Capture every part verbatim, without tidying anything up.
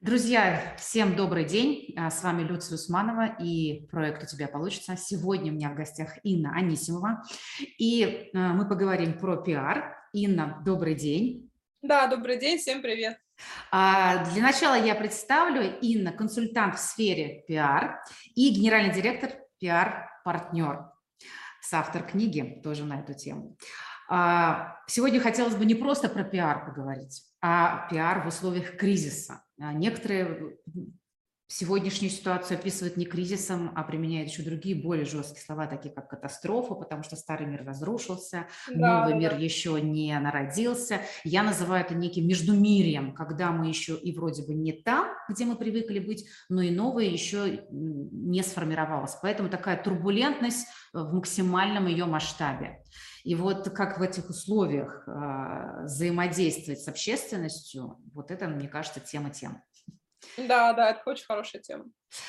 Друзья, всем добрый день. А, С вами Люция Усманова и проект «У тебя получится». Сегодня у меня в гостях Инна Анисимова. И а, мы поговорим про пиар. Инна, добрый день. Да, добрый день, всем привет. А, Для начала я представлю. Инна – консультант в сфере пиар и генеральный директор пиар-партнер, соавтор книги тоже на эту тему. А, Сегодня хотелось бы не просто про пиар поговорить, а пиар в условиях кризиса. А, Некоторые сегодняшнюю ситуацию описывают не кризисом, а применяют еще другие более жесткие слова, такие как катастрофа, потому что старый мир разрушился, Да, новый да, мир да. еще не народился. Я называю это неким междумирьем, когда мы еще и вроде бы не там, где мы привыкли быть, но и новое еще не сформировалось. Поэтому такая турбулентность в максимальном ее масштабе. И вот как в этих условиях э, взаимодействовать с общественностью, вот это, мне кажется, тема тем. Да, да, это очень хорошая тема.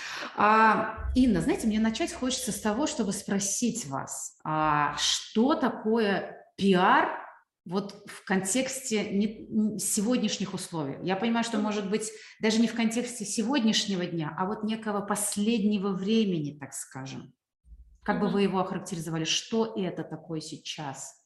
А, Инна, знаете, мне начать хочется с того, чтобы спросить вас, а что такое пиар вот в контексте не- сегодняшних условий? Я понимаю, что, Мгм. может быть, даже не в контексте сегодняшнего дня, а вот некого последнего времени, так скажем. Как бы Мгм. вы его охарактеризовали? Что это такое сейчас?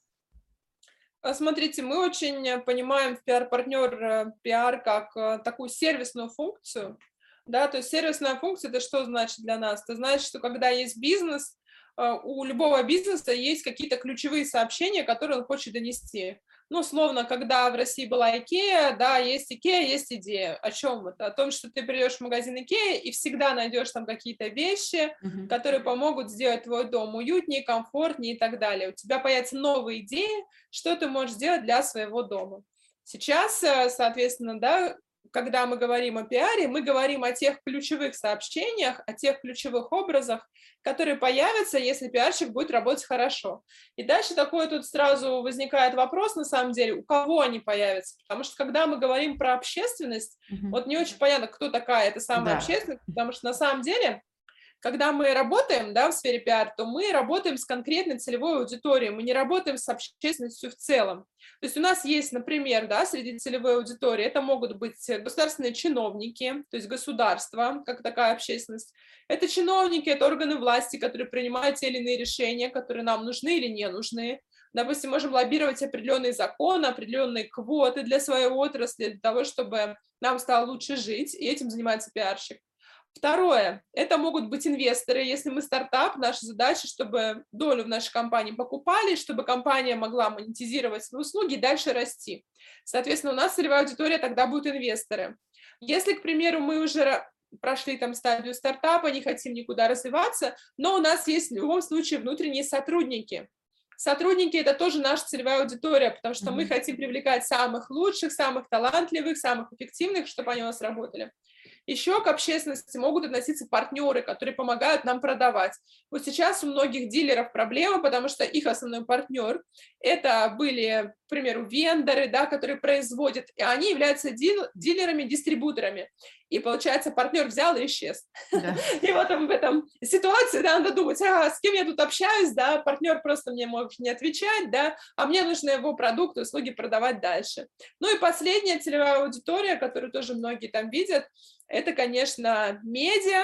А, Смотрите, мы очень э, понимаем в пиар-партнер э, пиар как э, такую сервисную функцию. Да, то есть сервисная функция это что значит для нас? Это значит, что когда есть бизнес, э, у любого бизнеса есть какие-то ключевые сообщения, которые он хочет донести. Ну, условно, когда в России была Икея, да, есть Икея, есть идея. О чем это? О том, что ты придешь в магазин Икея и всегда найдешь там какие-то вещи, Мгм. которые помогут сделать твой дом уютнее, комфортнее и так далее. У тебя появятся новые идеи, что ты можешь сделать для своего дома. Сейчас, э, соответственно, да, когда мы говорим о пиаре, мы говорим о тех ключевых сообщениях, о тех ключевых образах, которые появятся, если пиарщик будет работать хорошо. И дальше такой тут сразу возникает вопрос, на самом деле, у кого они появятся. Потому что когда мы говорим про общественность, Мгм. вот не очень понятно, кто такая эта самая Да. общественность, потому что на самом деле когда мы работаем, да, в сфере пиар, то мы работаем с конкретной целевой аудиторией, мы не работаем с общественностью в целом. То есть у нас есть, например, да, среди целевой аудитории, это могут быть государственные чиновники, то есть государство, как такая общественность. Это чиновники, это органы власти, которые принимают те или иные решения, которые нам нужны или не нужны. Допустим, можем лоббировать определенные законы, определенные квоты для своей отрасли, для того, чтобы нам стало лучше жить, и этим занимается пиарщик. Второе, это могут быть инвесторы. Если мы стартап, наша задача, чтобы долю в нашей компании покупали, чтобы компания могла монетизировать свои услуги и дальше расти. Соответственно, у нас целевая аудитория тогда будут инвесторы. Если, к примеру, мы уже прошли там стадию стартапа, не хотим никуда развиваться, но у нас есть в любом случае внутренние сотрудники. Сотрудники – это тоже наша целевая аудитория, потому что мы Мгм. хотим привлекать самых лучших, самых талантливых, самых эффективных, чтобы они у нас работали. Еще к общественности могут относиться партнеры, которые помогают нам продавать. Вот сейчас у многих дилеров проблема, потому что их основной партнер это были, к примеру, вендоры, да, которые производят, и они являются дил- дилерами-дистрибуторами. И получается, партнер взял и исчез. Да. И вот в этом ситуации, да, надо думать, а, с кем я тут общаюсь, да, партнер просто мне может не отвечать, да, а мне нужно его продукты, услуги продавать дальше. Ну и последняя целевая аудитория, которую тоже многие там видят, это, конечно, медиа,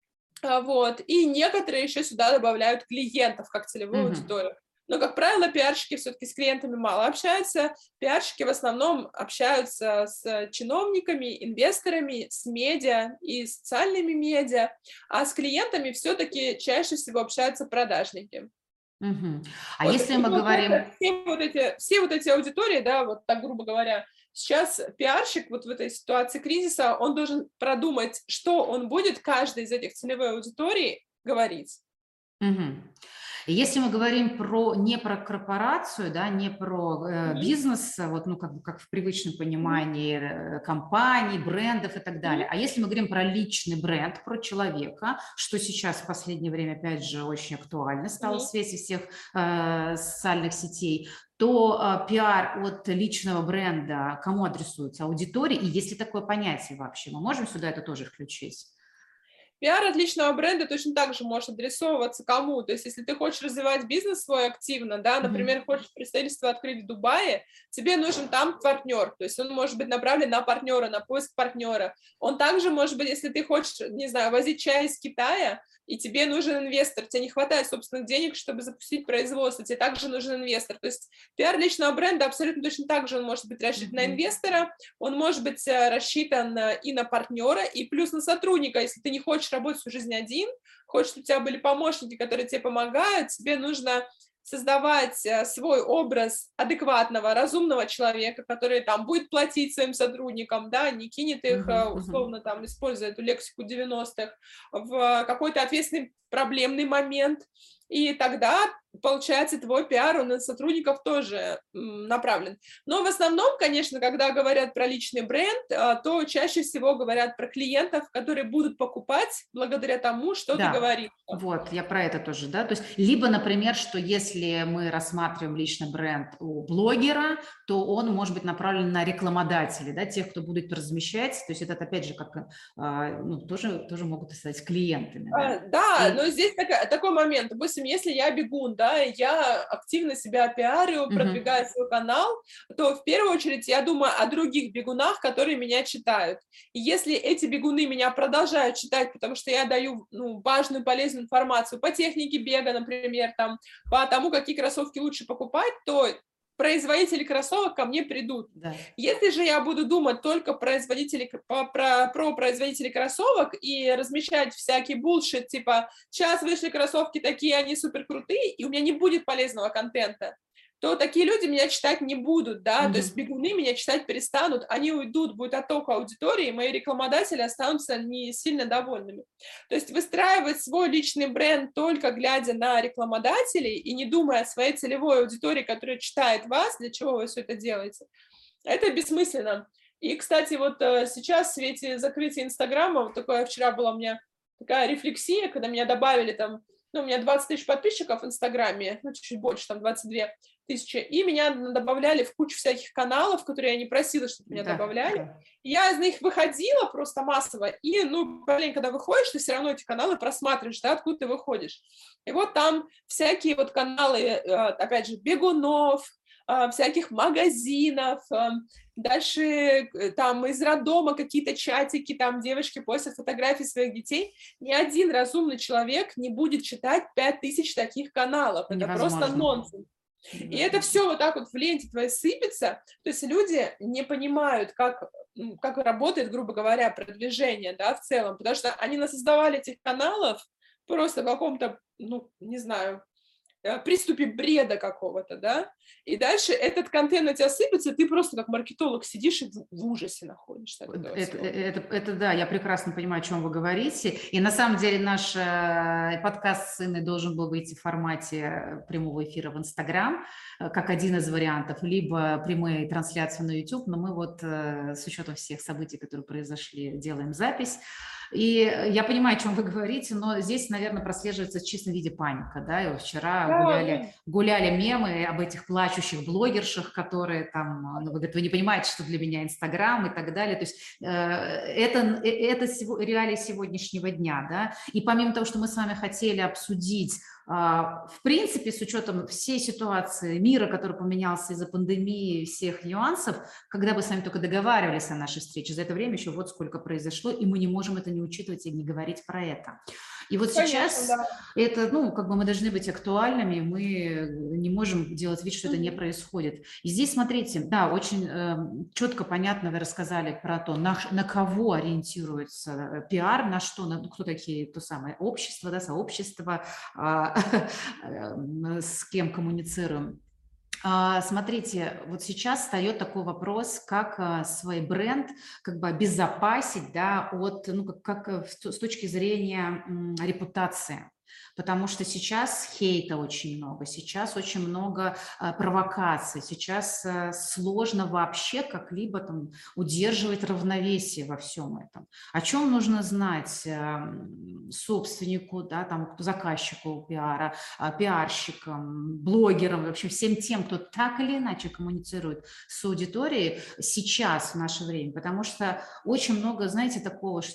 а, вот, и некоторые еще сюда добавляют клиентов как целевую Мгм. аудиторию. Но, как правило, пиарщики все-таки с клиентами мало общаются. Пиарщики в основном общаются с чиновниками, инвесторами, с медиа и социальными медиа, а с клиентами все-таки чаще всего общаются продажники. Мгм. А Вот, если и мы говорим... получается, все вот эти, все вот эти аудитории, да, вот так грубо говоря, сейчас пиарщик вот в этой ситуации кризиса, он должен продумать, что он будет каждой из этих целевой аудиторий говорить. Мгм. Если мы говорим про не про корпорацию, да, не про э, Мгм, бизнес, а вот, ну, как бы как в привычном мгм, понимании э, компаний, брендов и так мгм, далее. А если мы говорим про личный бренд, про человека, что сейчас в последнее время, опять же, очень актуально стало в мгм. свете всех э, социальных сетей, то э, пиар от личного бренда кому адресуется? Аудитории? И есть ли такое понятие вообще? Мы можем сюда это тоже включить? Пиар от личного бренда точно так же может адресовываться кому. То есть если ты хочешь развивать бизнес свой активно, да, например, Мгм. хочешь представительство открыть в Дубае, тебе нужен там партнер. То есть он может быть направлен на партнера, на поиск партнера. Он также может быть, если ты хочешь, не знаю, возить чай из Китая, и тебе нужен инвестор, тебе не хватает собственных денег, чтобы запустить производство, тебе также нужен инвестор. То есть пиар личного бренда абсолютно точно так же он может быть рассчитан на Мгм. инвестора, он может быть э, рассчитан э, и на партнера, и плюс на сотрудника. Если ты не хочешь работать всю жизнь один, хочешь, чтобы у тебя были помощники, которые тебе помогают, тебе нужно создавать э, свой образ адекватного, разумного человека, который там будет платить своим сотрудникам, да, не кинет их, Мгм. э, Мгм. условно, там, используя эту лексику девяностых, в какой-то ответственный проблемный момент. И тогда, получается, твой пиар, он на сотрудников тоже м, направлен. Но в основном, конечно, когда говорят про личный бренд, а, то чаще всего говорят про клиентов, которые будут покупать благодаря тому, что ты Да, говоришь. вот, я про это тоже, да, то есть, либо, например, что если мы рассматриваем личный бренд у блогера, то он может быть направлен на рекламодателей, да, тех, кто будет размещать, то есть это, опять же, как, а, ну, тоже, тоже могут стать клиентами, да. А, Да, но И, здесь такая- такой момент. Допустим, если я бегун, да, и я активно себя пиарю, мгм, продвигаю свой канал, то в первую очередь я думаю о других бегунах, которые меня читают. И если эти бегуны меня продолжают читать, потому что я даю, ну, важную, полезную информацию по технике бега, например, там, по тому, какие кроссовки лучше покупать, то производители кроссовок ко мне придут. да. Если же я буду думать только производители, про, про, про производителей кроссовок и размещать всякий булшит, типа, сейчас вышли кроссовки такие, они супер крутые, и у меня не будет полезного контента, то такие люди меня читать не будут, да, то есть Мгм. бегуны меня читать перестанут, они уйдут, будет отток аудитории, и мои рекламодатели останутся не сильно довольными. То есть выстраивать свой личный бренд только глядя на рекламодателей и не думая о своей целевой аудитории, которая читает вас, для чего вы все это делаете, это бессмысленно. И, кстати, вот э, сейчас в свете закрытия Инстаграма, вот такое вчера была у меня такая рефлексия, когда меня добавили там, ну, у меня двадцать тысяч подписчиков в Инстаграме, ну, чуть-чуть больше, там двадцать две тысячи, и меня добавляли в кучу всяких каналов, которые я не просила, чтобы меня Да, добавляли. да. И я из них выходила просто массово, и, ну, блин, когда выходишь, ты все равно эти каналы просматриваешь, да, откуда ты выходишь. И вот там всякие вот каналы, э, опять же, бегунов, а, всяких магазинов, а, дальше э, там из роддома какие-то чатики, там девочки постят фотографии своих детей. Ни один разумный человек не будет читать пять тысяч таких каналов. Это просто Невозможно. нонсенс. И это Невозможно. все вот так вот в ленте твоей сыпется. То есть люди не понимают, как, м, как работает, грубо говоря, продвижение, да, в целом, потому что они насоздавали этих каналов просто в каком-то, ну, не знаю, э, приступе бреда какого-то, да, и дальше этот контент на тебя сыпется, и ты просто как маркетолог сидишь и в, в ужасе находишься от этого Это, всего. это, это, да, я прекрасно понимаю, о чем вы говорите. И на самом деле наш э, подкаст с Инной должен был выйти в формате э, прямого эфира в Инстаграм, э, как один из вариантов, либо прямые трансляции на YouTube, но мы вот э, с учетом всех событий, которые произошли, делаем запись. И я понимаю, о чем вы говорите, но здесь, наверное, прослеживается в чистом виде паника. Да? И вот вчера Да, гуляли, ну, гуляли мемы об этих плачущих блогершах, которые там, ну, вы, говорите, вы не понимаете, что для меня Инстаграм и так далее. То есть э, это, это реалии сегодняшнего дня. Да? И помимо того, что мы с вами хотели обсудить, в принципе, с учетом всей ситуации мира, который поменялся из-за пандемии, всех нюансов, когда мы с вами только договаривались о нашей встрече, за это время еще вот сколько произошло, и мы не можем это не учитывать и не говорить про это. И вот конечно, сейчас да. это, ну, как бы мы должны быть актуальными, мы не можем делать вид, что это не Мгм. происходит. И здесь, смотрите, да, очень э, четко, понятно вы рассказали про то, на, на кого ориентируется пиар, на что, на, кто такие, то самое общество, да, сообщество, э, с кем коммуницируем. Смотрите, вот сейчас встает такой вопрос, как свой бренд как бы обезопасить, да, от, ну, как, как с точки зрения репутации. Потому что сейчас хейта очень много, сейчас очень много а, провокаций, сейчас а, сложно вообще как-либо там удерживать равновесие во всем этом. О чем нужно знать а, собственнику, да, там, заказчику пиара, а, пиарщикам, блогерам, в общем, всем тем, кто так или иначе коммуницирует с аудиторией сейчас, в наше время, потому что очень много, знаете, такого, что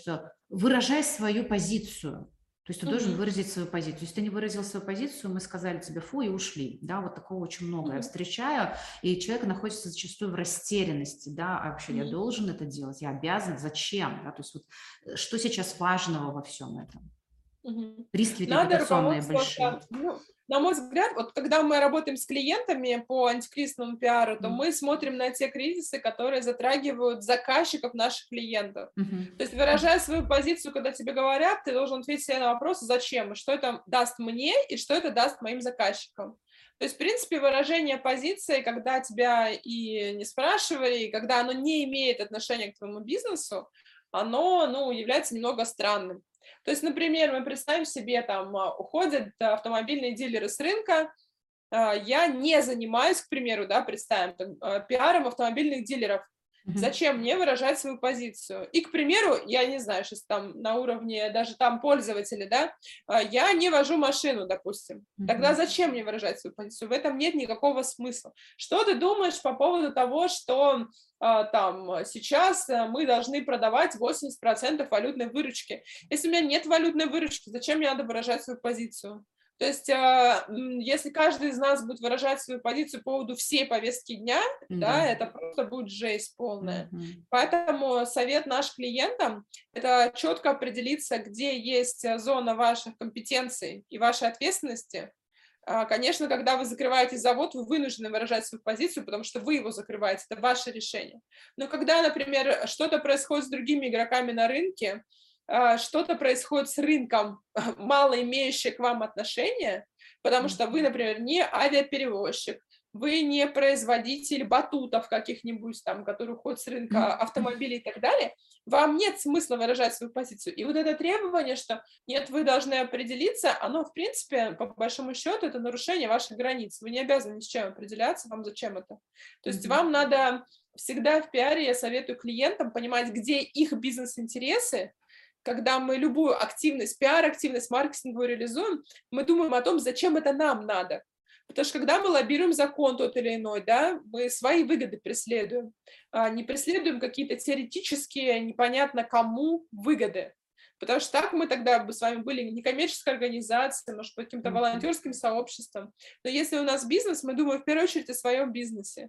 выражай свою позицию. То есть ты должен Мгм. выразить свою позицию. Если ты не выразил свою позицию, мы сказали тебе фу и ушли. Да, вот такого очень много я Мгм. встречаю, и человек находится зачастую в растерянности, да, а вообще я Мгм. должен это делать, я обязан, зачем, да, то есть вот э, что сейчас важного во всем этом? Мгм. Риски ведь Надо репутационные большие. руководствоваться, ну, на мой взгляд, вот когда мы работаем с клиентами по антикризисному пиару, то М, мы смотрим на те кризисы, которые затрагивают заказчиков наших клиентов. мгм, То есть, выражая свою позицию, когда тебе говорят, ты должен ответить себе на вопрос, зачем, и что это даст мне, и что это даст моим заказчикам. То есть, в принципе, выражение позиции, когда тебя и не спрашивали, и когда оно не имеет отношения к твоему бизнесу, оно, ну, является немного странным. То есть, например, мы представим себе, там, а, уходят а, автомобильные дилеры с рынка, а, я не занимаюсь, к примеру, да, представим, там, а, пиаром автомобильных дилеров. мгм, Зачем мне выражать свою позицию? И, к примеру, я не знаю, сейчас там на уровне даже там пользователя, да, а, я не вожу машину, допустим. Тогда мгм, зачем мне выражать свою позицию? В этом нет никакого смысла. Что ты думаешь по поводу того, что а, там а, сейчас а, мы должны продавать восемьдесят процентов валютной выручки? Если у меня нет валютной выручки, зачем мне надо выражать свою позицию? То есть, а, м, если каждый из нас будет выражать свою позицию по поводу всей повестки дня, да, да, это просто будет жесть полная. мгм, Поэтому совет наш клиентам — это четко определиться, где есть э, зона ваших компетенций и вашей ответственности. А, Конечно, когда вы закрываете завод, вы вынуждены выражать свою позицию, потому что вы его закрываете, это ваше решение. Но когда, например, что-то происходит с другими игроками на рынке, а, что-то происходит с рынком, мало имеющее к вам отношения, потому что вы, мгм, например, не авиаперевозчик, вы не производитель батутов каких-нибудь там, которые уходят с рынка автомобилей и так далее, вам нет смысла выражать свою позицию. И вот это требование, что нет, вы должны определиться, оно, в принципе, по большому счету, это нарушение ваших границ. Вы не обязаны ни с чем определяться, вам зачем это. То есть мгм, вам надо всегда в пиаре, я советую клиентам понимать, где их бизнес-интересы. Когда мы любую активность, пиар-активность, маркетинговую реализуем, мы думаем о том, зачем это нам надо. Потому что когда мы лоббируем закон тот или иной, да, мы свои выгоды преследуем, а не преследуем какие-то теоретические, непонятно кому выгоды. Потому что так мы тогда бы с вами были некоммерческой организацией, может быть, каким-то мгм. волонтерским сообществом. Но если у нас бизнес, мы думаем в первую очередь о своем бизнесе.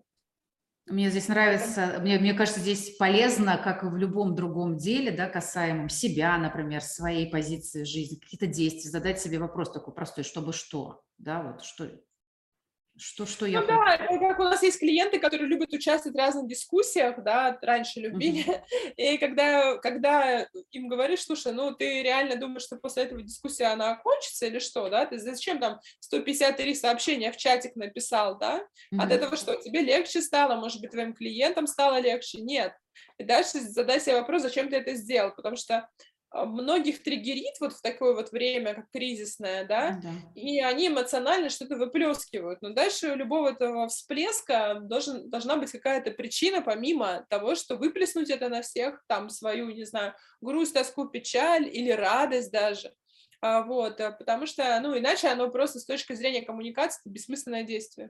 Мне здесь Поэтому нравится, мне, мне кажется, здесь полезно, как и в любом другом деле, да, касаемом себя, например, своей позиции в жизни, каких-то действий, задать себе вопрос такой простой, чтобы что, да, вот что, что, что я ну хочу. да, это как у нас есть клиенты, которые любят участвовать в разных дискуссиях, да, раньше любили, Мгм. и когда, когда им говоришь, слушай, ну ты реально думаешь, что после этого дискуссия она окончится или что, да, ты зачем там сто пятьдесят три сообщения в чатик написал, да, от Мгм. этого что, тебе легче стало, может быть, твоим клиентам стало легче? Нет. И дальше задай себе вопрос, зачем ты это сделал, потому что а, многих триггерит вот в такое вот время, как кризисное, да, Да. и они эмоционально что-то выплескивают. Но дальше у любого этого всплеска должен, должна быть какая-то причина, помимо того, что выплеснуть это на всех, там, свою, не знаю, грусть, тоску, печаль или радость даже. А, вот, а, потому что, ну, иначе оно просто с точки зрения коммуникации это бессмысленное действие.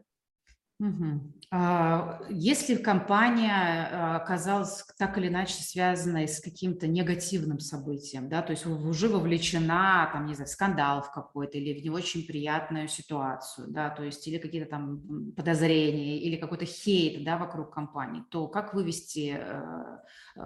Мгм. А, Если компания а, оказалась так или иначе связанной с каким-то негативным событием, да, то есть в- уже вовлечена, там, не знаю, в скандал в какой-то или в не очень приятную ситуацию, да, то есть или какие-то там м, подозрения, или какой-то хейт, да, вокруг компании, то как вывести э, э,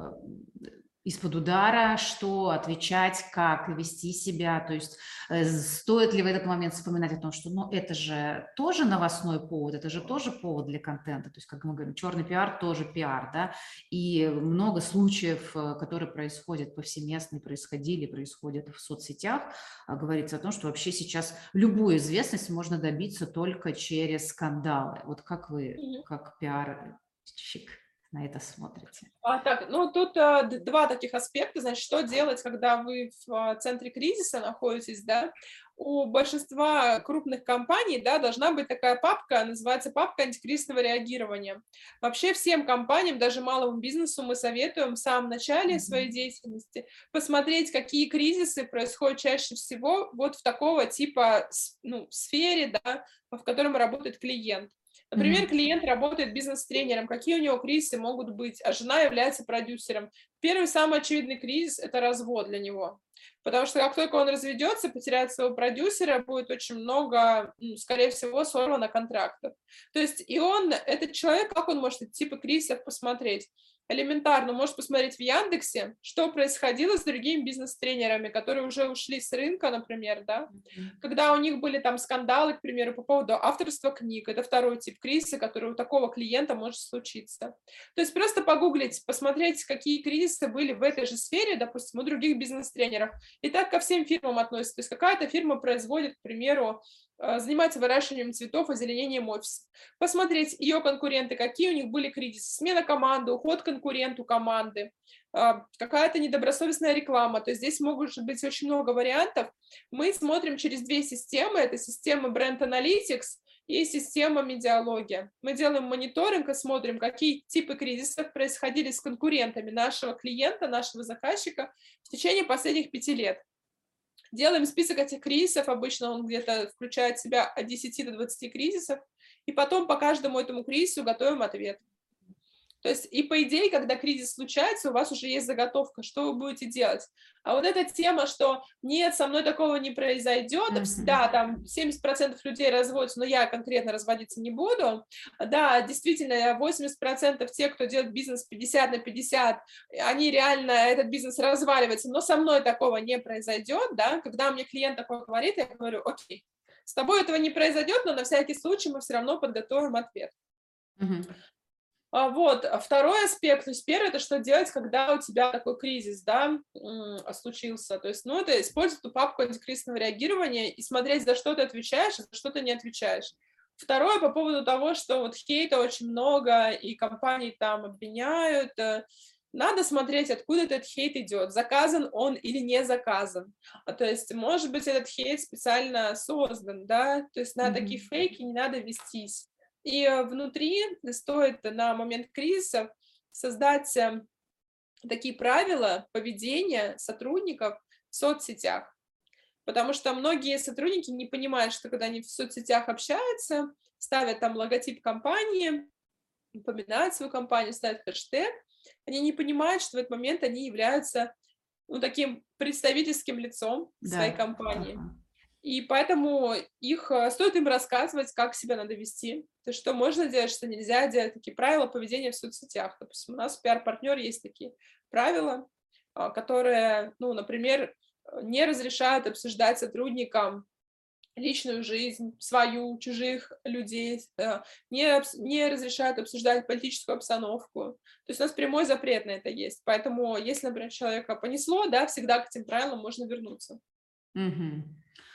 из-под удара, что отвечать, как вести себя, то есть Э, стоит ли в этот момент вспоминать о том, что ну, это же тоже новостной повод, это же тоже повод для контента, то есть, как мы говорим, черный пиар тоже пиар, да, и много случаев, э, которые происходят повсеместно, и происходили, происходят в соцсетях, а, говорится о том, что вообще сейчас любую известность можно добиться только через скандалы. Вот как вы, как пиарщик, на это смотрите? А, так, ну тут а, д- два таких аспекта. Значит, что делать, когда вы в а, центре кризиса находитесь, да? У большинства крупных компаний, да, должна быть такая папка, называется папка антикризисного реагирования. Вообще всем компаниям, даже малому бизнесу, мы советуем в самом начале своей Мгм. деятельности посмотреть, какие кризисы происходят чаще всего вот в такого типа с- ну, сфере, да, в котором работает клиент. Например, Мгм. клиент работает бизнес-тренером, какие у него кризисы могут быть, а жена является продюсером. Первый самый очевидный кризис – это развод для него. Потому что как только он разведется, потеряет своего продюсера, будет очень много, ну, скорее всего, сорвано контрактов. То есть и он, этот человек, как он может эти типы кризисов посмотреть? Элементарно, может посмотреть в Яндексе, что происходило с другими бизнес-тренерами, которые уже ушли с рынка, например, да, Мгм. когда у них были там скандалы, к примеру, по поводу авторства книг. Это второй тип кризиса, который у такого клиента может случиться. То есть просто погуглить, посмотреть, какие кризисы были в этой же сфере, допустим, у других бизнес-тренеров. И так ко всем фирмам относится. То есть какая-то фирма производит, к примеру, э, занимается выращиванием цветов, озеленением офиса. Посмотреть ее конкуренты, какие у них были кризисы. Смена команды, уход конкуренту команды, а, какая-то недобросовестная реклама. То есть здесь могут быть очень много вариантов. Мы смотрим через две системы. Это система Brand Analytics и система Медиалогия. Мы делаем мониторинг и смотрим, какие типы кризисов происходили с конкурентами нашего клиента, нашего заказчика в течение последних пяти лет. Делаем список этих кризисов, обычно он где-то включает в себя от десяти до двадцати кризисов, и потом по каждому этому кризису готовим ответ. То есть и по идее, когда кризис случается, у вас уже есть заготовка, что вы будете делать. А вот эта тема, что нет, со мной такого не произойдет, да, Мгм. там семьдесят процентов людей разводятся, но я конкретно разводиться не буду. Да, действительно, восемьдесят процентов тех, кто делает бизнес пятьдесят на пятьдесят, они реально, этот бизнес разваливается, но со мной такого не произойдет, да. Когда мне клиент такой говорит, я говорю, окей, с тобой этого не произойдет, но на всякий случай мы все равно подготовим ответ. Мгм. А, вот, а второй аспект, то есть первый – это что делать, когда у тебя такой кризис, да, м, случился. То есть, ну, это использовать эту папку антикризисного реагирования и смотреть, за что ты отвечаешь, а за что ты не отвечаешь. Второе, по поводу того, что вот хейта очень много, и компании там обвиняют, э, надо смотреть, откуда этот хейт идет, заказан он или не заказан. А, то есть, может быть, этот хейт специально создан, да, то есть на такие Мгм. фейки не надо вестись. И э, внутри стоит на момент кризиса создать э, такие правила поведения сотрудников в соцсетях. Потому что многие сотрудники не понимают, что когда они в соцсетях общаются, ставят там логотип компании, упоминают свою компанию, ставят хэштег, они не понимают, что в этот момент они являются, ну, таким представительским лицом своей Да. компании. Ага. И поэтому их, э, стоит им рассказывать, как себя надо вести, то есть что можно делать, что нельзя делать, такие правила поведения в соцсетях. Допустим, у нас в пиар-партнер есть такие правила, а, которые, ну, например, э, не разрешают обсуждать сотрудникам личную жизнь, свою, чужих людей, э, не, обс- не разрешают обсуждать политическую обстановку. То есть у нас прямой запрет на это есть. Поэтому, если, например, человека понесло, да, всегда к этим правилам можно вернуться. Мгм.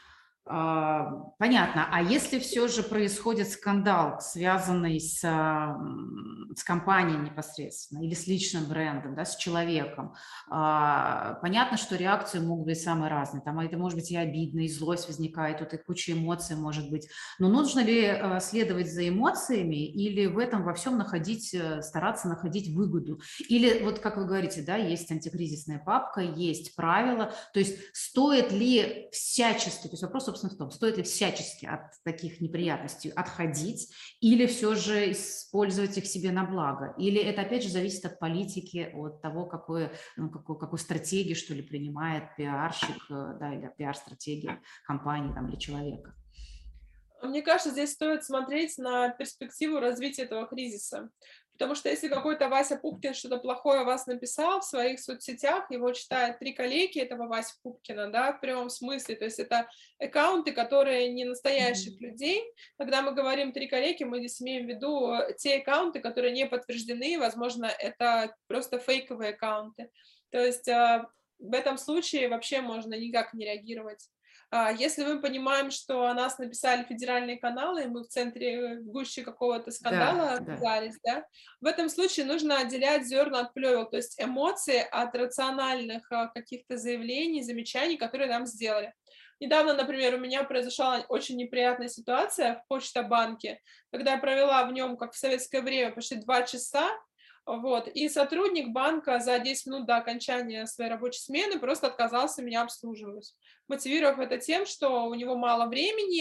А, понятно. А если все же происходит скандал, связанный с, а, м, с компанией непосредственно или с личным брендом, да, с человеком, а, понятно, что реакции могут быть самые разные. Там это может быть и обидно, и злость возникает, тут и куча эмоций может быть. Но нужно ли а, следовать за эмоциями или в этом во всем находить, э, стараться находить выгоду? Или вот, как вы говорите, да, есть антикризисная папка, есть правила, то есть стоит ли всячески, то есть вопрос, собственно, в том, стоит ли всячески от таких неприятностей отходить или все же использовать их себе на благо? Или это, опять же, зависит от политики, от того, какое, ну, какую, какую стратегию, что ли, принимает пиарщик, э, да, или пиар-стратегия компании там, или человека? Мне кажется, здесь стоит смотреть на перспективу развития этого кризиса. Потому что если какой-то Вася Пупкин что-то плохое о вас написал в своих соцсетях, его читают три коллеги этого Васи Пупкина, да, в прямом смысле. То есть это аккаунты, которые не настоящих Мгм. людей. Когда мы говорим три коллеги, мы здесь имеем в виду э, те аккаунты, которые не подтверждены, возможно, это просто фейковые аккаунты. То есть а, в этом случае вообще можно никак не реагировать. А, Если мы понимаем, что о нас написали федеральные каналы, и мы в центре, в гуще какого-то Да, скандала да. оказались, да, в этом случае нужно отделять зерна от плевел, то есть эмоции от рациональных а, каких-то заявлений, замечаний, которые нам сделали. Недавно, например, у меня произошла очень неприятная ситуация в Почта-банке, когда я провела в нем, как в советское время, почти два часа, вот, и сотрудник банка за десять минут до окончания своей рабочей смены просто отказался меня обслуживать, мотивировав это тем, что у него мало времени,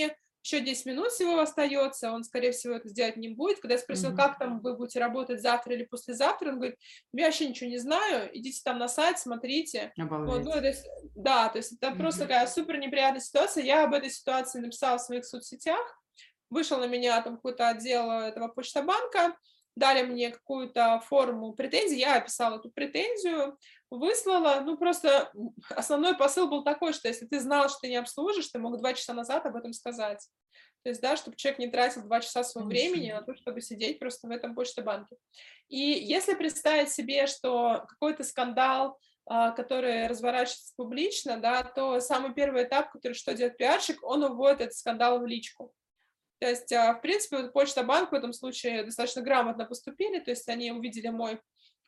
еще десять минут всего остается, он, скорее всего, это сделать не будет. Когда я спросила, Мгм. как там вы будете работать завтра или послезавтра, он говорит, я вообще ничего не знаю, идите там на сайт, смотрите. Вот, ну, Обалдеть. то есть, да, то есть это просто Мгм. такая супер неприятная ситуация. Я об этой ситуации написала в своих соцсетях, вышел на меня там какой-то отдел этого Почта-банка, дали мне какую-то форму претензий, я описала эту претензию, выслала, ну, просто основной посыл был такой, что если ты знал, что ты не обслужишь, ты мог два часа назад об этом сказать. То есть, да, чтобы человек не тратил два часа своего Конечно. времени на то, чтобы сидеть просто в этом Почта-банке. И если представить себе, что какой-то скандал, а, который разворачивается публично, да, то самый первый этап, который что делает пиарщик, он уводит этот скандал в личку. То есть, а, в принципе, вот Почта-банк в этом случае достаточно грамотно поступили, то есть они увидели мой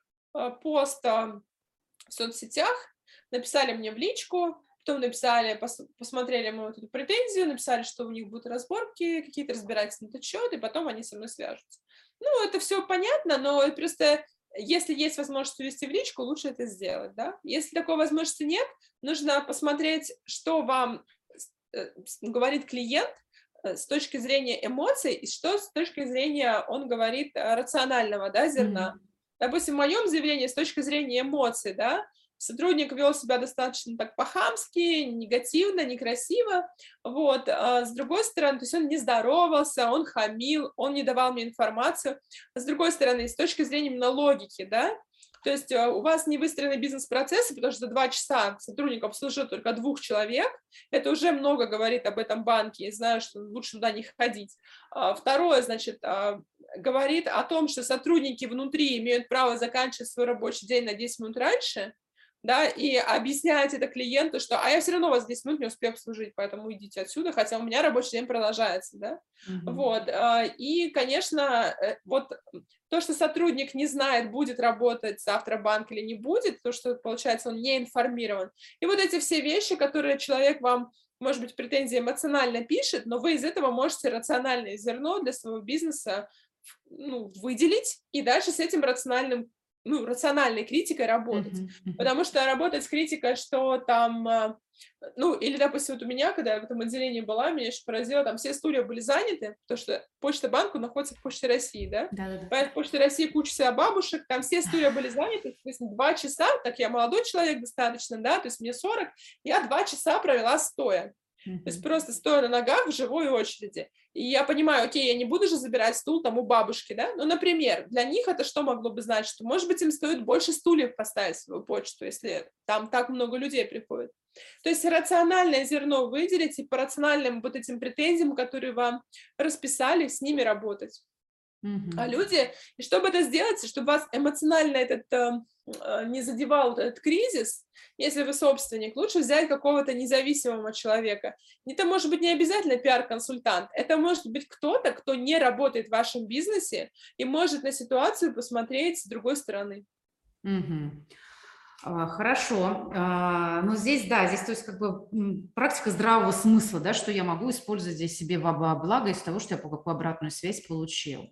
а, пост а, в соцсетях, написали мне в личку, потом написали, пос- посмотрели мою вот эту претензию, написали, что у них будут разборки, какие-то разбирательства на этот счет, и потом они со мной свяжутся. Ну, это все понятно, но просто если есть возможность увести в личку, лучше это сделать, да. Если такой возможности нет, нужно посмотреть, что вам э, с- говорит клиент, э, с точки зрения эмоций, и что с точки зрения, он говорит, э, рационального, да, зерна. Мгм. Допустим, в моем заявлении с точки зрения эмоций, да, сотрудник вел себя достаточно так по-хамски, негативно, некрасиво, вот, а с другой стороны, то есть он не здоровался, он хамил, он не давал мне информацию, с другой стороны, с точки зрения именно логики, да, то есть э, у вас не выстроены бизнес-процессы, потому что за два часа сотрудник обслужил только двух человек, это уже много говорит об этом банке, я знаю, что лучше туда не ходить. А, Второе, значит, а, говорит о том, что сотрудники внутри имеют право заканчивать свой рабочий день на десять минут раньше, да, и объяснять это клиенту, что «а я все равно вас десять минут не успею обслужить, поэтому идите отсюда, хотя у меня рабочий день продолжается», да. Мгм. Вот, а, и, конечно, э, вот то, что сотрудник не знает, будет работать завтра банк или не будет, то, что, получается, он не информирован. И вот эти все вещи, которые человек вам, может быть, претензии эмоционально пишет, но вы из этого можете рациональное зерно для своего бизнеса, ну, выделить и дальше с этим рациональным, ну, рациональной критикой работать. Мгм. Мгм. Потому что работать с критикой, что там, а, ну, или, допустим, вот у меня, когда я в этом отделении была, меня еще поразило, там все стулья были заняты, потому что Почта банку находится в Почте России, да, Да-да-да. поэтому в Почте России куча вся бабушек, там все стулья были заняты, то есть два часа, так я молодой человек достаточно, да, то есть мне сорок, я два часа провела стоя. То есть Мгм. просто стоя на ногах в живой очереди. И я понимаю, окей, я не буду же забирать стул там у бабушки, да? Ну, например, для них это что могло бы значить? Что, может быть, им стоит больше стульев поставить в свою почту, если там так много людей приходит. То есть рациональное зерно выделить и по рациональным вот этим претензиям, которые вам расписали, с ними работать. А Мгм. люди, и чтобы это сделать, и чтобы вас эмоционально этот э, э, не задевал вот этот кризис, если вы собственник, лучше взять какого-то независимого человека. Это может быть не обязательно пиар-консультант, это может быть кто-то, кто не работает в вашем бизнесе и может на ситуацию посмотреть с другой стороны. Мгм. А, Хорошо. А, Но здесь, да, здесь, то есть, как бы м, практика здравого смысла, да, что я могу использовать здесь себе во во благо из того, что я по какую обратную связь получил.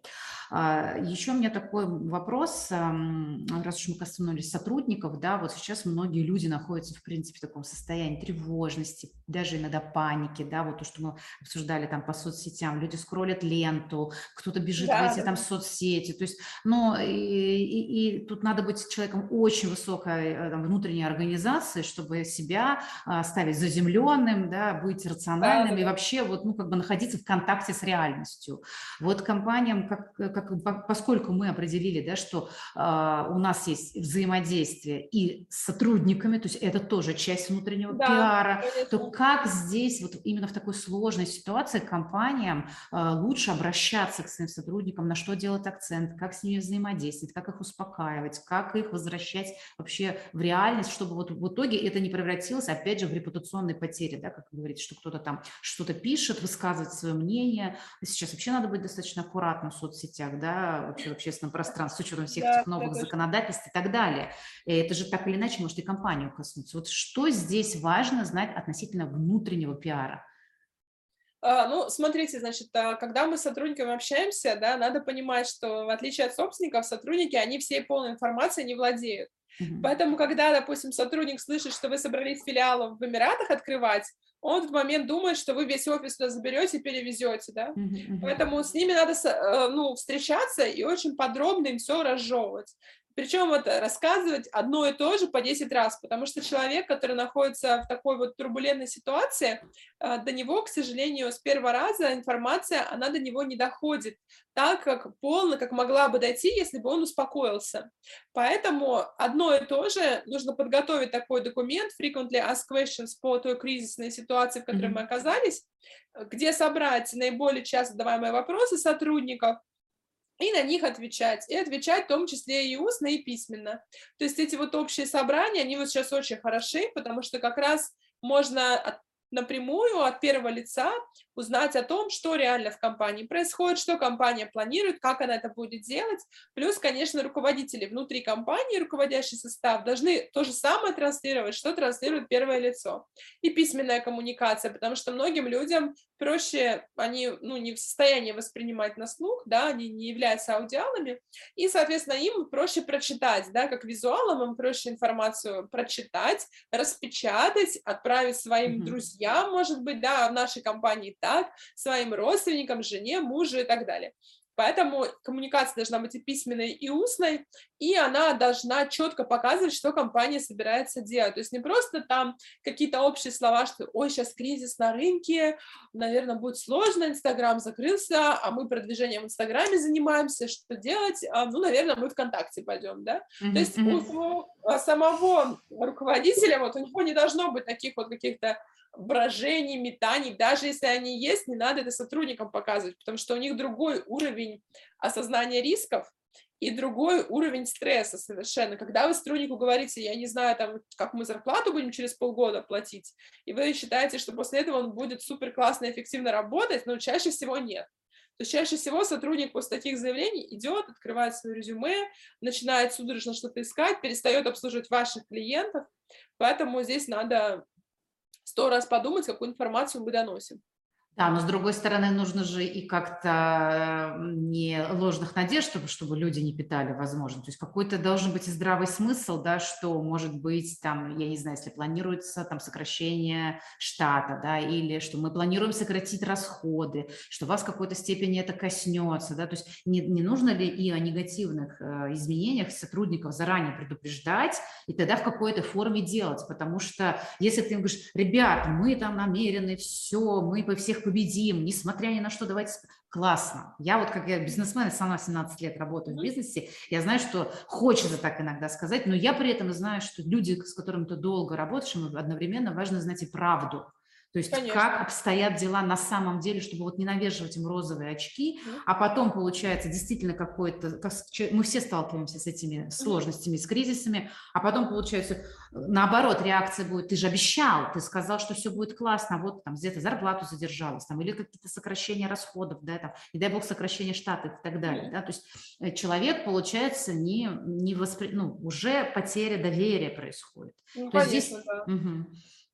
А, Еще у меня такой вопрос, ам, раз уж мы коснулись сотрудников, да, вот сейчас многие люди находятся, в принципе, в таком состоянии тревожности, даже иногда паники, да, вот то, что мы обсуждали там по соцсетям, люди скроллят ленту, кто-то бежит в Да, эти да, там да. соцсети, то есть но и, и- и тут надо быть человеком очень высокой э, там, внутренней организации, чтобы себя а, ставить заземленным, да, быть Да, рациональным да, и да. вообще вот, ну, как бы находиться в контакте с реальностью. Вот компаниям, как, как, по- поскольку мы определили, да, что а, у нас есть взаимодействие и с сотрудниками, то есть это тоже часть внутреннего Да, пиара, то конечно. как здесь вот именно в такой сложной ситуации компаниям а, лучше обращаться к своим сотрудникам, на что делать акцент, как с ними взаимодействовать, как их успокаивать, как их возвращать вообще в реальность, чтобы вот в итоге это не превратилось, опять же, в репутационные потери, да, как вы говорите, что кто-то там что-то пишет, высказывает свое мнение. Сейчас вообще надо быть достаточно аккуратным в соцсетях, да, вообще в общественном пространстве, с учетом всех Да, этих это новых точно. законодательств и так далее. И это же так или иначе может и компанию коснуться. Вот что здесь важно знать относительно внутреннего пиара? А, ну, смотрите, значит, а, когда мы с сотрудниками общаемся, да, надо понимать, что в отличие от собственников, сотрудники, они всей полной информацией не владеют. Мгм. Поэтому, когда, допустим, сотрудник слышит, что вы собрались филиалы в Эмиратах открывать, он в этот момент думает, что вы весь офис туда заберете и перевезете, да. Мгм, мгм. Поэтому с ними надо, с- э, ну, встречаться и очень подробно им все разжевывать. Причем это рассказывать одно и то же по десять раз, потому что человек, который находится в такой вот турбулентной ситуации, э, до него, к сожалению, с первого раза информация, она до него не доходит так, как полно, как могла бы дойти, если бы он успокоился. Поэтому одно и то же нужно подготовить такой документ frequently asked questions по той кризисной ситуации, в которой мы Мгм. оказались, э, где собрать наиболее часто задаваемые вопросы сотрудников и на них отвечать. И отвечать в том числе и устно, и письменно. То есть эти вот общие собрания, они вот сейчас очень хороши, потому что как раз можно от- напрямую от первого лица узнать о том, что реально в компании происходит, что компания планирует, как она это будет делать. Плюс, конечно, руководители внутри компании, руководящий состав должны то же самое транслировать, что транслирует первое лицо. И письменная коммуникация, потому что многим людям проще, они, ну, не в состоянии воспринимать на слух, да, они не являются аудиалами, и, соответственно, им проще прочитать, да, как визуалам им проще информацию прочитать, распечатать, отправить своим Мгм. друзьям, может быть, да, в нашей компании так, своим родственникам, жене, мужу и так далее. Поэтому коммуникация должна быть и письменной, и устной, и она должна четко показывать, что компания собирается делать. То есть не просто там какие-то общие слова, что «Ой, сейчас кризис на рынке, наверное, будет сложно, Инстаграм закрылся, а мы продвижением в Инстаграме занимаемся, что делать? А, ну, наверное, мы ВКонтакте пойдем, да?» То Мгм. есть у Мгм. самого а, самого руководителя, вот у него не должно быть таких вот каких-то брожений, метаний, даже если они есть, не надо это сотрудникам показывать, потому что у них другой уровень осознания рисков, и другой уровень стресса совершенно. Когда вы сотруднику говорите, я не знаю, там, как мы зарплату будем через полгода платить, и вы считаете, что после этого он будет супер классно и эффективно работать, но чаще всего нет. То есть чаще всего сотрудник после таких заявлений идет, открывает свое резюме, начинает судорожно что-то искать, перестает обслуживать ваших клиентов, поэтому здесь надо сто раз подумать, какую информацию мы доносим. Да, но с другой стороны, нужно же и как-то м, не ложных надежд, чтобы, чтобы люди не питали, возможно. То есть какой-то должен быть и здравый смысл, да, что может быть там, я не знаю, если планируется там сокращение штата, да, или что мы планируем сократить расходы, что вас в какой-то степени это коснется, да, то есть не, не нужно ли и о негативных э, изменениях сотрудников заранее предупреждать и тогда в какой-то форме делать, потому что если ты им говоришь, ребят, мы там намерены, все, мы по всех победим, несмотря ни на что, давайте... Классно. Я вот как я бизнесмен, я сама семнадцать лет работаю в Мгм. бизнесе, я знаю, что хочется так иногда сказать, но я при этом знаю, что люди, с которыми ты долго работаешь, им одновременно важно знать и правду. То есть Конечно. как обстоят дела на самом деле, чтобы вот не навешивать им розовые очки, Мгм. а потом получается действительно какой-то... как с- че- Мы все сталкиваемся с этими Мгм. сложностями, с кризисами, а потом получается наоборот, реакция будет, ты же обещал, ты сказал, что все будет классно, а вот там где-то зарплату задержалась, там, или какие-то сокращения расходов, да, там, не дай бог сокращение штатов и так далее, Мгм. да, то есть э, человек, получается, не, не воспри... ну, уже потеря доверия происходит. Ну, То есть конечно, здесь... да. Мгм.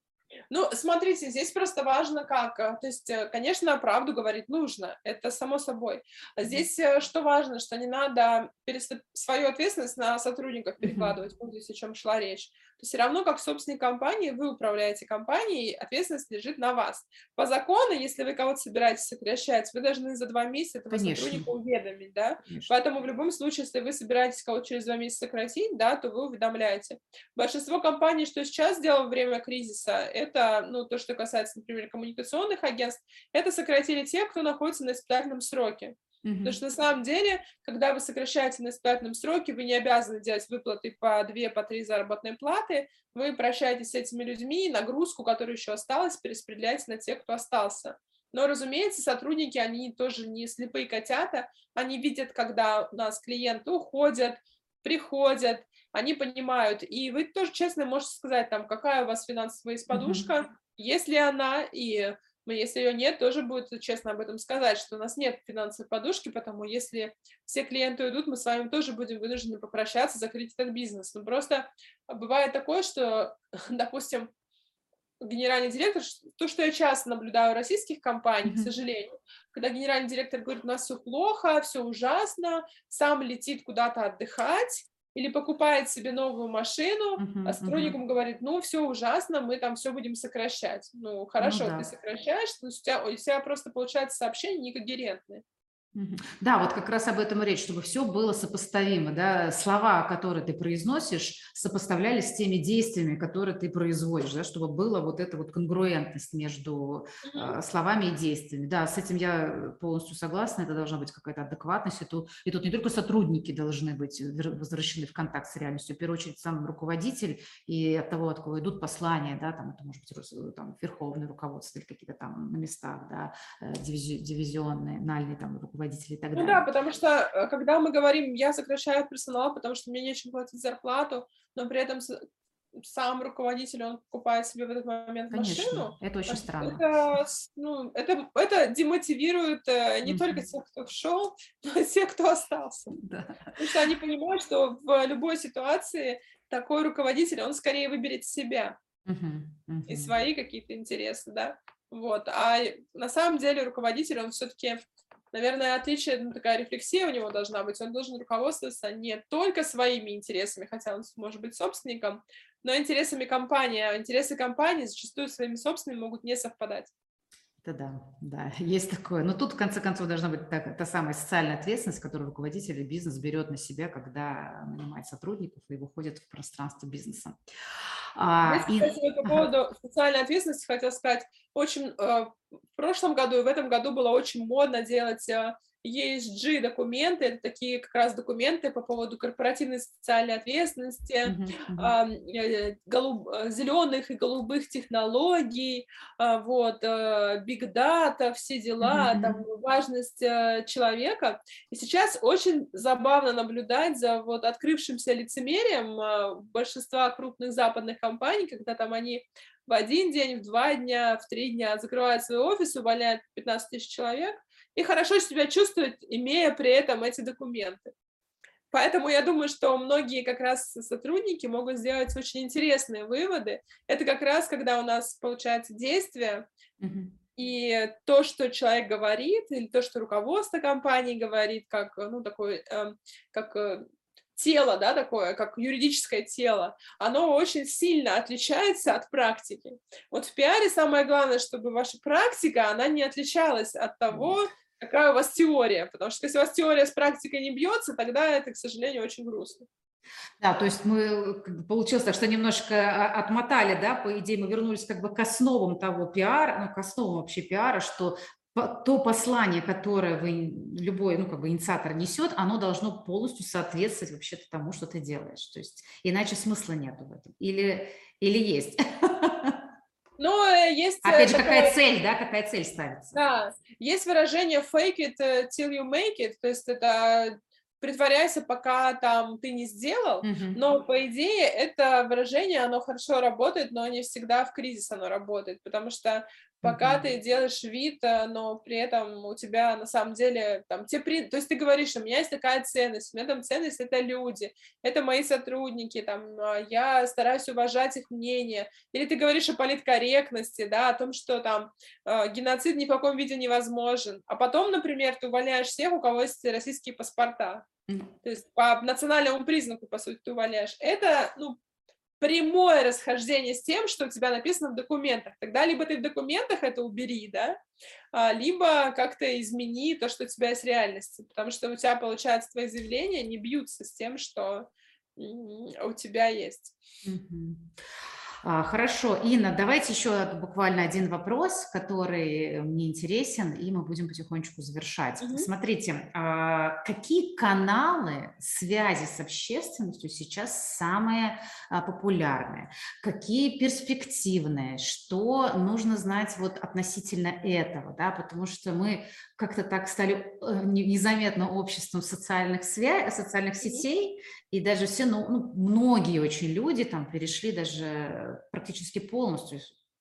Ну, смотрите, здесь просто важно как. э, То есть, э, конечно, правду говорить нужно, это само собой. А здесь э, что важно, что не надо переста- свою ответственность на сотрудников Мгм. перекладывать, вот здесь о чем шла речь. То все равно, как собственник компании, вы управляете компанией, ответственность лежит на вас. По закону, если вы кого-то собираетесь сокращать, вы должны за два месяца этого Конечно, сотрудника уведомить, да? конечно. Поэтому в любом случае, если вы собираетесь кого-то через два месяца сократить, да, то вы уведомляете. Большинство компаний, что сейчас делало во время кризиса, это, ну, то, что касается, например, коммуникационных агентств, это сократили тех, кто находится на испытательном сроке. Потому Мгм. что на самом деле, когда вы сокращаете на испытательном сроке, вы не обязаны делать выплаты по две, по три заработной платы, вы прощаетесь с этими людьми, и нагрузку, которая еще осталась, перераспределяете на тех, кто остался. Но, разумеется, сотрудники, они тоже не слепые котята, они видят, когда у нас клиенты уходят, приходят, они понимают. И вы тоже честно можете сказать, там, какая у вас финансовая есть Мгм. подушка, есть ли она, и ну, если ее нет, тоже будет честно об этом сказать, что у нас нет финансовой подушки, потому если все клиенты уйдут, мы с вами тоже будем вынуждены попрощаться, закрыть этот бизнес. Ну, просто бывает такое, что, допустим, генеральный директор, ш- то, что я часто наблюдаю в российских компаниях, к Мгм. сожалению, когда генеральный директор говорит, у нас все плохо, все ужасно, сам летит куда-то отдыхать, или покупает себе новую машину, Мгм, а мгм. сотрудникам говорит, ну, все ужасно, мы там все будем сокращать. Ну, Ну хорошо, да. ты сокращаешь, то есть у тебя, у тебя просто получается сообщения некогерентные. Мгм. Да, вот как раз об этом и речь, чтобы все было сопоставимо, да, слова, которые ты произносишь, сопоставлялись с теми действиями, которые ты производишь, да, чтобы была вот эта вот конгруентность между Мгм. э, словами и действиями. Да, с этим я полностью согласна, это должна быть какая-то адекватность, и тут, и тут не только сотрудники должны быть вер- возвращены в контакт с реальностью, в первую очередь сам руководитель, и от того, от кого идут послания, да, там это может быть рус- там, верховное руководство или какие-то там на местах, да, э, дивизи- дивизионные, нальные там руководители и так Ну да, далее. потому что, э, когда мы говорим: "Я сокращаю персонал, потому что мне нечем платить зарплату", но при этом с сам руководитель, он покупает себе в этот момент Конечно, машину, это очень э, странно. это с ну, это это демотивирует, э, не только Мгм. тех, кто ушел, но и тех, кто остался. Да. Потому что они понимают, что в любой ситуации такой руководитель, он скорее выберет себя Мгм. и Мгм. свои какие-то интересы, да. Вот. А и на самом деле руководитель, он все-таки, наверное, отличие, ну, такая рефлексия у него должна быть. Он должен руководствоваться не только своими интересами, хотя он может быть собственником, но интересами компании. А интересы компании зачастую своими собственными могут не совпадать. Это да, да, есть такое. Но тут, в конце концов, должна быть та, та самая социальная ответственность, которую руководитель или бизнес берет на себя, когда нанимает сотрудников и выходит в пространство бизнеса. Здесь, А, кстати, и, вот по ага, поводу социальной ответственности хотела сказать, очень, э, в прошлом году и в этом году было очень модно делать э, E S G-документы, это такие как раз документы по поводу корпоративной социальной ответственности, мгм, мгм, ам, э, голуб- э, зеленых и голубых технологий, а, вот, э, big data, все мгм, дела, там, мгм. важность э, человека. И сейчас очень забавно наблюдать за вот открывшимся лицемерием а, большинства крупных западных компаний, когда там они в один день, в два дня, в три дня закрывают свои офисы, увольняют пятнадцать тысяч человек и хорошо себя чувствуют, имея при этом эти документы. Поэтому я думаю, что многие как раз сотрудники могут сделать очень интересные выводы. Это как раз когда у нас получается действие, Мгм. и то, что человек говорит, или то, что руководство компании говорит, как, э, ну, такое, эм, как э, тело, да, такое, как юридическое тело, оно очень сильно отличается от практики. Вот в пиаре самое главное, чтобы ваша практика, она не отличалась от того, Вот. какая у вас теория, потому что если у вас теория с практикой не бьется, тогда это, к сожалению, очень грустно. Да, то есть мы, э, как бы получилось так, что немножко а, отмотали, да, по идее мы вернулись как бы к основам того пиара, ну, к основам вообще пиара, что по- то послание, которое вы, любой, ну, как бы инициатор несет, оно должно полностью соответствовать вообще-то тому, что ты делаешь. То есть иначе смысла нету в этом. Или, или есть. Но э, есть э, Опять же, такая какая цель, да, какая цель ставится? Да, есть выражение fake it э, till you make it, то есть это притворяйся, пока там ты не сделал, Мгм. но по идее это выражение, оно хорошо работает, но не всегда в кризис оно работает, потому что пока Мгм. ты делаешь вид, э, но при этом у тебя на самом деле там те при... то есть ты говоришь, у меня есть такая ценность, у меня там ценность это люди, это мои сотрудники, там а, я стараюсь уважать их мнение, или ты говоришь о политкорректности, да, о том, что там э, геноцид ни в каком виде невозможен. А потом, например, ты увольняешь всех, у кого есть российские паспорта. М. То есть по национальному признаку, по сути, ты увольняешь. Это, ну, прямое расхождение с тем, что у тебя написано в документах. Тогда либо ты в документах это убери, да, а, либо как-то измени то, что у тебя есть в реальности. Потому что у тебя, получается, твои заявления не бьются с тем, что м, у тебя есть. Мгм. А, Хорошо, Инна, давайте еще буквально один вопрос, который мне интересен, и мы будем потихонечку завершать. Мгм. Смотрите, а, какие каналы связи с общественностью сейчас самые а, популярные? Какие перспективные? Что нужно знать вот относительно этого? Да? Потому что мы как-то так стали э, не- незаметно обществом социальных связей, социальных Мгм. сетей, и даже все, ну, ну, многие очень люди там перешли даже практически полностью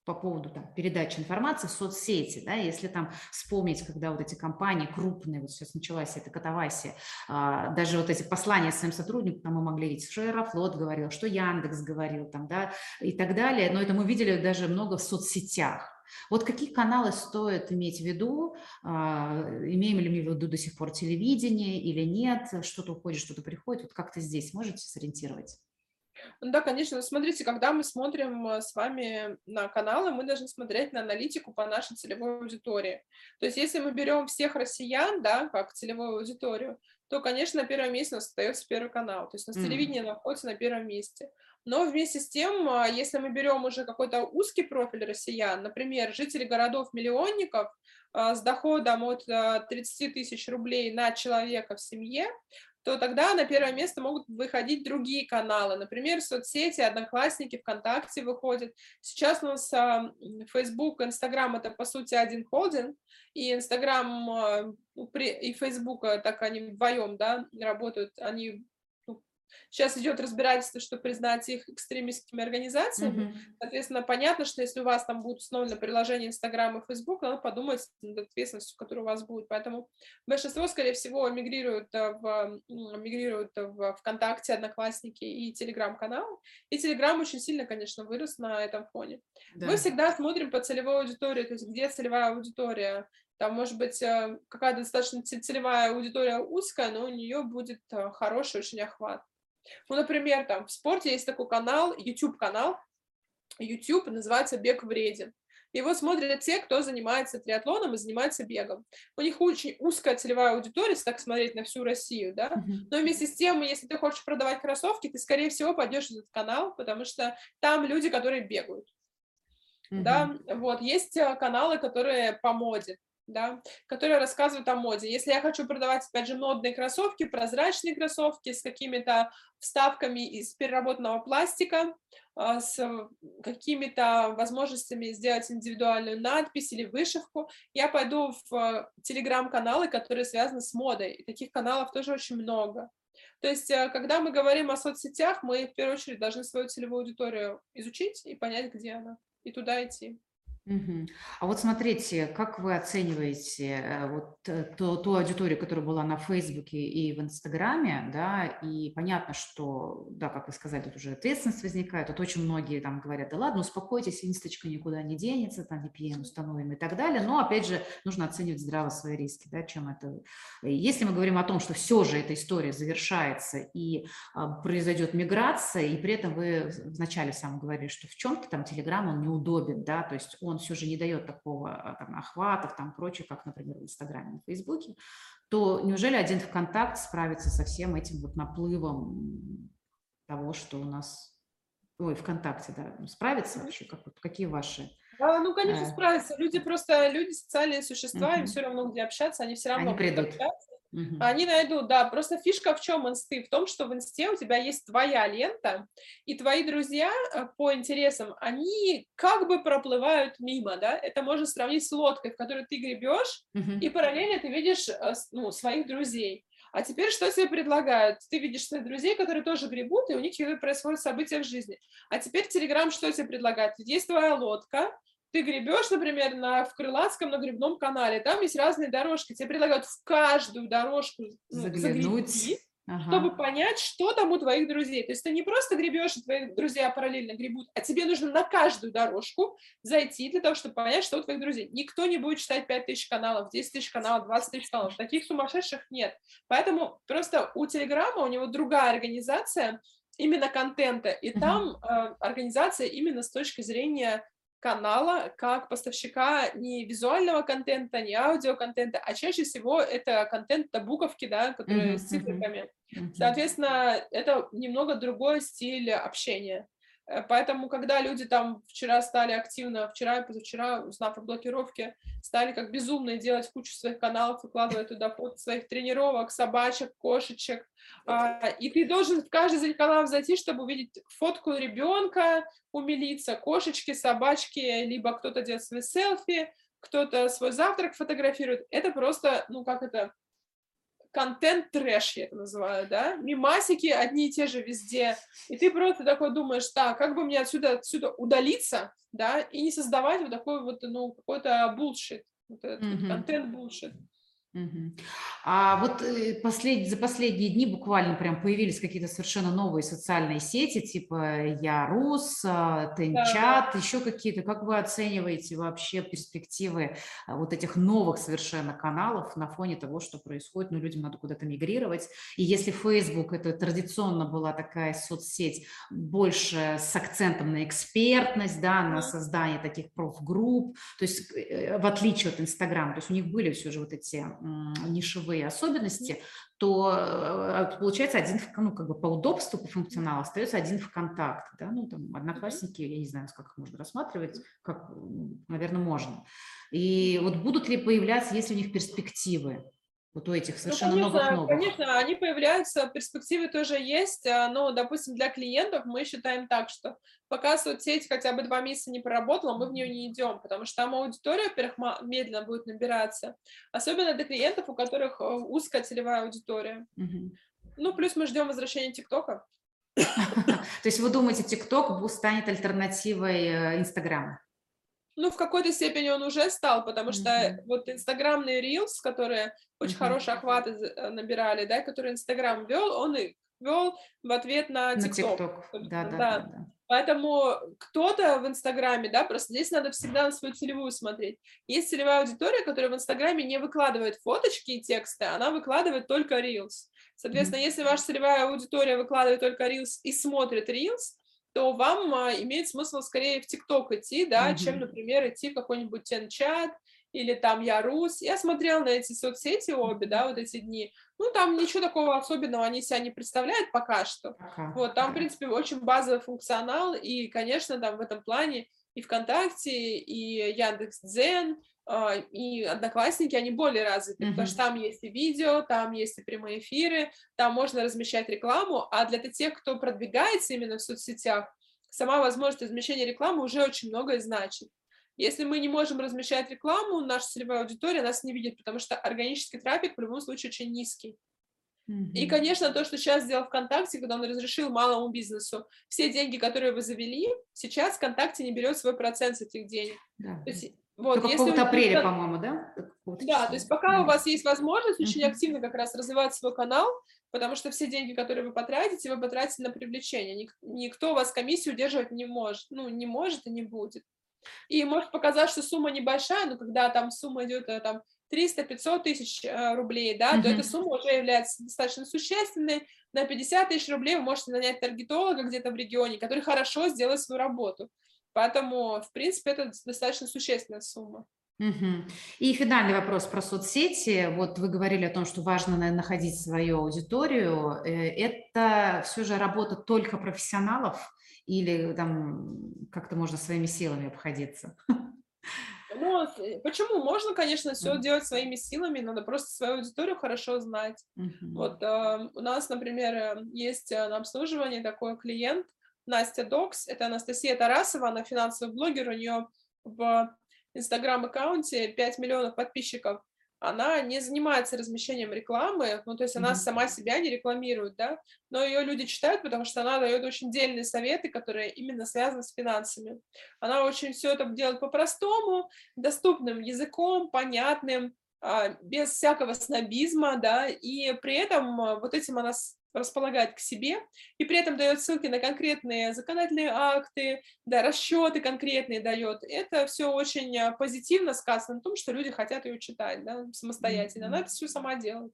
по поводу там, передачи информации в соцсети, да, если там вспомнить, когда вот эти компании крупные, вот сейчас началась эта катавасия, а, даже вот эти послания своим сотрудникам там мы могли видеть, что Аэрофлот говорил, что Яндекс говорил, там, да, и так далее, но это мы видели даже много в соцсетях. Вот какие каналы стоит иметь в виду, а, имеем ли мы в виду до сих пор телевидение или нет, что-то уходит, что-то приходит, вот как-то здесь можете сориентировать? Ну да, конечно. Ну, смотрите, когда мы смотрим э, с вами на каналы, мы должны смотреть на аналитику по нашей целевой аудитории. То есть если мы берем всех россиян, да, как целевую аудиторию, то, конечно, на первом месте у нас остается Первый канал. То есть у нас М, телевидение находится на первом месте. Но вместе с тем, а, если мы берем уже какой-то узкий профиль россиян, например, жители городов-миллионников а, с доходом от а, тридцати тысяч рублей на человека в семье, то тогда на первое место могут выходить другие каналы. Например, соцсети, Одноклассники, ВКонтакте выходят. Сейчас у нас а, м, Facebook, Instagram — это, по сути, один холдинг, и Instagram а, ну, при- и Facebook, а, так они вдвоем, да, работают. Они ну, сейчас идет разбирательство, чтобы признать их экстремистскими организациями. мгм. Соответственно, понятно, что если у вас там будет установлено приложение Instagram и Facebook, надо подумать над ответственностью, которая у вас будет. Поэтому большинство, скорее всего, мигрируют э, в, м, мигрируют в ВКонтакте, Одноклассники и Телеграм-канал. И Телеграм очень сильно, конечно, вырос на этом фоне. Мы Да. всегда смотрим по целевой аудитории, то есть где целевая аудитория. Там может быть э, какая-то достаточно ц- целевая аудитория узкая, но у нее будет э, хороший очень охват. Ну, например, там в спорте есть такой канал, YouTube-канал, YouTube называется «Бег вреден». Его смотрят те, кто занимается триатлоном и занимается бегом. У них очень узкая целевая аудитория, если так смотреть на всю Россию, да. Мгм. Но вместе с тем, если ты хочешь продавать кроссовки, ты, скорее всего, пойдешь в этот канал, потому что там люди, которые бегают. Мгм. Да, вот, есть э, каналы, которые по моде, да, которые рассказывают о моде. Если я хочу продавать, опять же, модные кроссовки, прозрачные кроссовки с какими-то вставками из переработанного пластика, а, с какими-то возможностями сделать индивидуальную надпись или вышивку, я пойду в э, телеграм-каналы, которые связаны с модой. И таких каналов тоже очень много. То есть, э, когда мы говорим о соцсетях, мы в первую очередь должны свою целевую аудиторию изучить и понять, где она, и туда идти. Мгм. А вот смотрите, как вы оцениваете э, вот э, ту, ту аудиторию, которая была на Фейсбуке и в Инстаграме, да, и понятно, что, да, как вы сказали, тут уже ответственность возникает, тут очень многие там говорят, да ладно, успокойтесь, инсточка никуда не денется, там V P N установим и так далее, но, опять же, нужно оценивать здраво свои риски, да, чем это. И если мы говорим о том, что все же эта история завершается и а, произойдет миграция, и при этом вы вначале сам говорили, что в чем-то там Telegram он неудобен, да, то есть он все же не дает такого а, там, охватов, там прочее, как, например, в Инстаграме, на Фейсбуке, то неужели один ВКонтакт справится со всем этим вот наплывом того, что у нас, ой, ВКонтакте, да, ну, справится вообще, как, вот, какие ваши, Да, ну, конечно, э, справятся. Люди просто, люди социальные существа, им все мгм. равно где общаться, они все Они равно будут придут. общаться. Мгм. Они найдут, да. Просто фишка в чем инсты? В том, что в инсте у тебя есть твоя лента, и твои друзья э, по интересам, они как бы проплывают мимо, да. Это можно сравнить с лодкой, в которой ты гребешь, и Мгм. параллельно ты видишь э, с- ну, своих друзей. А теперь что тебе предлагают? Ты видишь своих друзей, которые тоже гребут, и у них происходят события в жизни. А теперь Телеграм что тебе предлагает? Есть твоя лодка, ты гребешь, например, на, в Крылатском на гребном канале, там есть разные дорожки, тебе предлагают в каждую дорожку ну, Заглянуть. загрести, чтобы Ага. понять, что там у твоих друзей. То есть ты не просто гребешь, и твои друзья параллельно гребут, а тебе нужно на каждую дорожку зайти для того, чтобы понять, что у твоих друзей. Никто не будет читать пять тысяч каналов, десять тысяч каналов, двадцать тысяч каналов. Таких сумасшедших нет. Поэтому просто у Телеграма, у него другая организация именно контента, и там Мгм. э, организация именно с точки зрения канала как поставщика не визуального контента, не аудиоконтента, а чаще всего это контент, это буковки, да, которые Мгм. с Мгм. циферками. Мгм. Соответственно, это немного другой стиль общения. Э, Поэтому, когда люди там вчера стали активно, вчера и позавчера, узнав о блокировке, стали как безумные делать кучу своих каналов, выкладывать туда фото своих тренировок, собачек, кошечек, а, и ты должен в каждый из этих каналов зайти, чтобы увидеть фотку ребенка, умилиться, кошечки, собачки, либо кто-то делает свои селфи, кто-то свой завтрак фотографирует. Это просто, ну как это, контент-трэш, я это называю, да, мемасики одни и те же везде, и ты просто такой думаешь, так, как бы мне отсюда, отсюда удалиться, да, и не создавать вот такой вот, ну, какой-то булшит, вот этот вот Мгм. контент-булшит. Мгм. А вот э, послед- за последние дни буквально прям появились какие-то совершенно новые социальные сети, типа Ярус, а, Да, да. Тенчат, еще какие-то. Как вы оцениваете вообще перспективы а, вот этих новых совершенно каналов на фоне того, что происходит? Ну, людям надо куда-то мигрировать. И если Facebook это традиционно была такая соцсеть больше с акцентом на экспертность, да, на Мгм. создание таких профгрупп, то есть э, в отличие от Инстаграма, то есть у них были все же вот эти м, нишевые особенности, то э, получается один, в- ну, как бы по удобству, по функционалу остается один ВКонтакт, да, ну, там, Мгм. Одноклассники, я не знаю, как их можно рассматривать, как, наверное, можно. И вот будут ли появляться, есть ли у них перспективы, вот у этих Ну, совершенно конечно, новых-новых? конечно, они появляются, перспективы тоже есть, а, но, допустим, для клиентов мы считаем так, что пока соцсеть хотя бы два месяца не проработала, мы в нее не идем, потому что там аудитория, во-первых, ма- медленно будет набираться, особенно для клиентов, у которых э, узкая целевая аудитория. Мгм. Ну, плюс мы ждем возвращения ТикТока. То есть вы думаете, ТикТок станет альтернативой э, Инстаграму? Ну, в какой-то степени он уже стал, потому что Мгм. вот инстаграмные рилс, которые очень Мгм. хорошие охваты з- э, набирали, да, которые Инстаграм вел, он их вел в ответ на На ТикТок. ТикТок, Собственно, да. да-да-да. Поэтому кто-то в Инстаграме, да, просто здесь надо всегда на свою целевую смотреть. Есть целевая аудитория, которая в Инстаграме не выкладывает фоточки и тексты, она выкладывает только рилс. Соответственно, если ваша целевая аудитория выкладывает только рилс и смотрит рилс, то вам а, имеет смысл скорее в ТикТок идти, да, чем, Мгм. например, идти в какой-нибудь Тенчат или там Ярус. Я смотрела на эти соцсети обе, Мгм. да, вот эти дни. Ну, там ничего такого особенного они себя не представляют пока что. Пока, Вот, там, в да. принципе, очень базовый функционал, и, конечно, там в этом плане и ВКонтакте, и Яндекс.Дзен, а, и Одноклассники, они более развиты, потому что Мгм. там есть и видео, там есть и прямые эфиры, там можно размещать рекламу, а для тех, кто продвигается именно в соцсетях, сама возможность размещения рекламы уже очень многое значит. Если мы не можем размещать рекламу, наша целевая аудитория нас не видит, потому что органический трафик в любом случае очень низкий. И, Мгм. конечно, то, что сейчас сделал ВКонтакте, когда он разрешил малому бизнесу, все деньги, которые вы завели, сейчас ВКонтакте не берет свой процент с этих денег. Да. То есть, вот, Только если какого-то вы апреля, действительно по-моему, да? Какого-то да, то числа. есть пока у Мгм. вас есть возможность очень Мгм. активно как раз развивать свой канал, потому что все деньги, которые вы потратите, вы потратите на привлечение. Ник- Никто у вас комиссию удерживать не может. Ну, не может и не будет. И может показать, что сумма небольшая, но когда там сумма идет э, там триста-пятьсот тысяч э, рублей, да, то эта Мгм. сумма уже является достаточно существенной. На пятьдесят тысяч рублей вы можете нанять таргетолога где-то в регионе, который хорошо сделает свою работу. Поэтому, в принципе, это достаточно существенная сумма. Мгм. И финальный вопрос про соцсети. Вот вы говорили о том, что важно на- находить свою аудиторию. Э, Это все же работа только профессионалов или там как-то можно своими силами обходиться? Ну, с почему? Можно, конечно, все Мгм. делать своими силами, надо просто свою аудиторию хорошо знать. Мгм. Вот, а, у нас, например, э, есть, э, на обслуживании такой клиент Настя Докс. Это Анастасия Тарасова, она финансовый блогер, у нее в "Инстаграм"-аккаунте пять миллионов подписчиков. Она не занимается размещением рекламы, ну, то есть она Мгм. сама себя не рекламирует, да, но ее люди читают, потому что она дает очень дельные советы, которые именно связаны с финансами. Она очень все это делает по-простому, доступным языком, понятным, а, без всякого снобизма, да, и при этом а, вот этим она с- располагает к себе, и при этом дает ссылки на конкретные законодательные акты, да, расчеты конкретные дает. Это все очень а, позитивно сказано на том, что люди хотят ее читать, да, самостоятельно. Она Мгм. это все сама делает.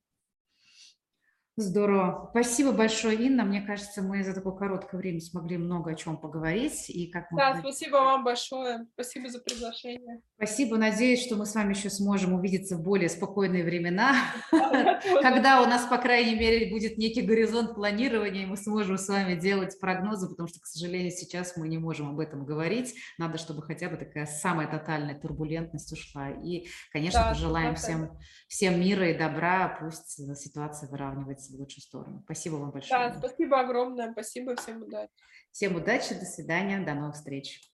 Здорово. Спасибо большое, Инна. Мне кажется, мы за такое короткое время смогли много о чем поговорить. И как мы Да, спасибо вам большое. Спасибо за приглашение. Спасибо. Надеюсь, что мы с вами еще сможем увидеться в более спокойные времена, Да, я тоже. когда у нас, по крайней мере, будет некий горизонт планирования, и мы сможем с вами делать прогнозы, потому что, к сожалению, сейчас мы не можем об этом говорить. Надо, чтобы хотя бы такая самая тотальная турбулентность ушла. И, конечно, Да, сто пожелаем процентов. всем, всем мира и добра, пусть ситуация выравнивается в лучшую сторону. Спасибо вам большое. Да, спасибо огромное. Спасибо, всем удачи. Всем удачи, до свидания, до новых встреч.